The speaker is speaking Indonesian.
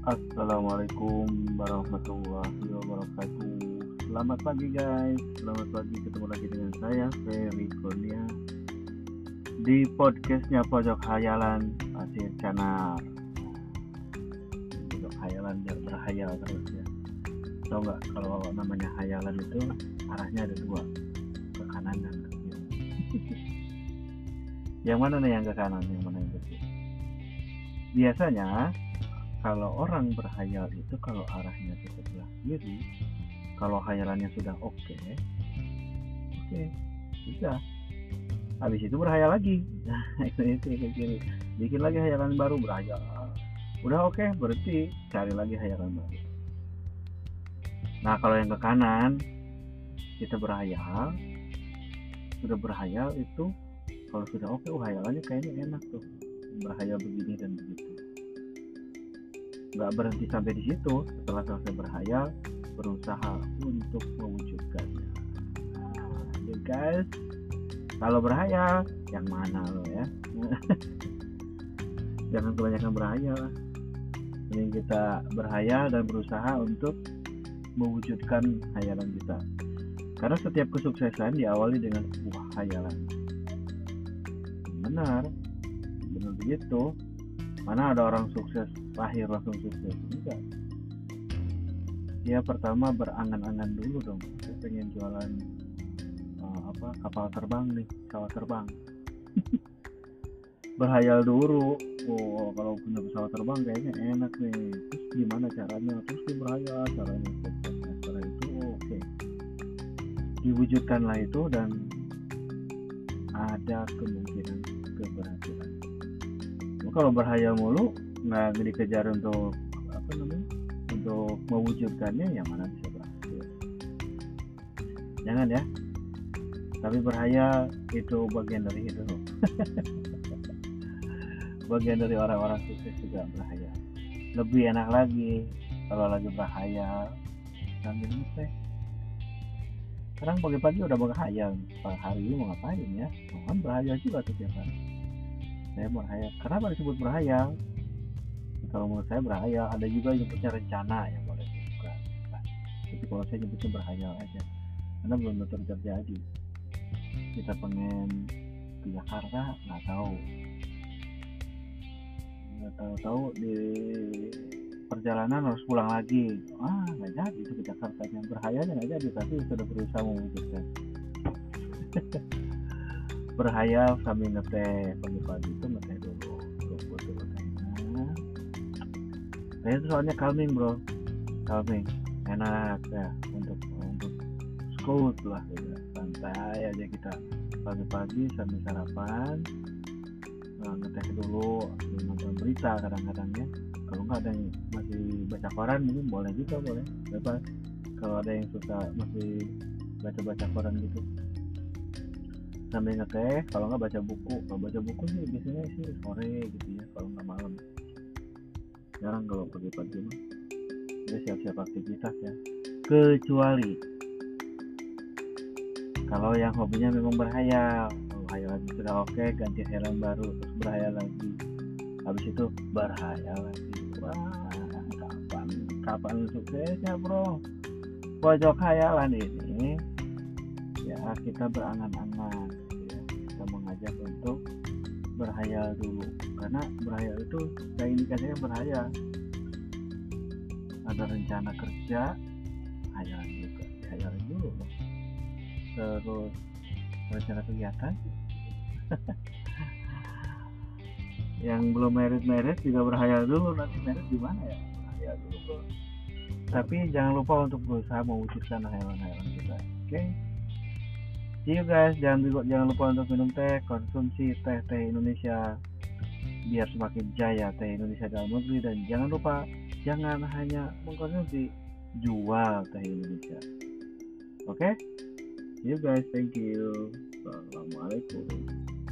Assalamualaikum warahmatullahi wabarakatuh. Selamat pagi guys. Selamat pagi, ketemu lagi dengan saya Ferry Kurnia di podcastnya Pojok Hayalan Pasir Canar. Pojok Hayalan biar berhayal terus ya. Tahu nggak kalau namanya hayalan itu arahnya ada dua, ke kanan dan ke kiri. Yang mana nih yang ke kanan, yang mana yang ke kiri? Biasanya kalau orang berhayal itu kalau arahnya ke sebelah kiri, kalau hayalannya sudah oke, bisa. Habis itu berhayal lagi. Nah, itu ke kiri. Bikin lagi hayalan baru, berhayal. Udah oke, berarti cari lagi hayalan baru. Nah, kalau yang ke kanan, kita berhayal. Sudah berhayal itu, kalau sudah oke, hayalannya kayaknya enak tuh. Berhayal begini dan begitu. Nggak berhenti sampai di situ. Setelah selesai berhayal, berusaha untuk mewujudkannya. Nah, guys, kalau berhayal yang mana lo ya? Jangan kebanyakan berhayal. Mending kita berhayal dan berusaha untuk mewujudkan hayalan kita. Karena setiap kesuksesan diawali dengan sebuah hayalan. Benar begitu. Mana ada orang sukses lahir langsung sukses? Enggak. Dia pertama berangan-angan dulu dong. Saya pengen jualan kapal terbang nih, pesawat terbang. Berhayal dulu. Oh, kalau punya pesawat terbang kayaknya enak nih. Terus gimana caranya? Terus dia berhayal caranya suksesnya. Setelah itu oke. Diwujudkanlah itu dan ada kemungkinan keberhasilan. Kalau berhayal mulu nggak dikejar untuk untuk mewujudkannya, yang mana bisa berhasil. Jangan ya. Tapi berhayal itu bagian dari hidup. Bagian dari orang-orang sukses juga berhayal. Lebih enak lagi kalau lagi berhayal sambil ngeteh. Sekarang pagi-pagi udah berhayal, hari ini mau ngapain ya? Kan berhayal juga setiap hari. Saya berhayal. Kenapa disebut berhayal? Kalau menurut saya berhayal, ada juga yang nyebutnya rencana ya, boleh juga. Tapi kalau saya nyebutnya berhayal aja, karena belum tentu terjadi. Kita pengen ke Jakarta, nggak tahu di perjalanan harus pulang lagi. Nggak jadi itu ke Jakarta. Yang berhayalnya nggak jadi, tapi sudah berusaha mewujudkan. Berhayal sambil ngeteh pagi-pagi itu, ngeteh dulu butuh ngetehnya. Teh itu soalnya calming bro, enak ya untuk scoot lah gitu. Santai aja kita pagi-pagi sambil sarapan, ngeteh dulu, nonton berita kadang-kadang ya. Kalau nggak ada yang masih baca koran mungkin boleh juga, boleh bebas. Kalau ada yang suka masih baca koran gitu sambil ngeteh. Kalau nggak baca buku. Kalau baca buku sih biasanya sih sore gitu ya, kalau nggak malam. Jarang kalau pagi-pagi mah. Udah siap-siap aktivitas ya. Kecuali kalau yang hobinya memang berhayal. Kalau hayalannya sudah oke, ganti hayalan baru, terus berhayal lagi. Habis itu berhayal lagi. Wah, kapan suksesnya bro? Pojok hayalan ini ya kita berangan-angan. Mengajak untuk berhayal dulu, karena berhayal itu saya indikasinya berhayal. Ada rencana kerja, hayalan juga, hayalan dulu. Terus rencana kegiatan. Yang belum merit juga berhayal dulu, nanti merit gimana ya, berhayal dulu bro. Tapi jangan lupa untuk berusaha mewujudkan hayalan-hayalan kita. Oke? See you guys, jangan lupa untuk minum teh, konsumsi teh Indonesia biar semakin jaya teh Indonesia dalam negeri, dan jangan lupa jangan hanya mengkonsumsi, jual teh Indonesia. Oke? See you guys, thank you. Assalamualaikum.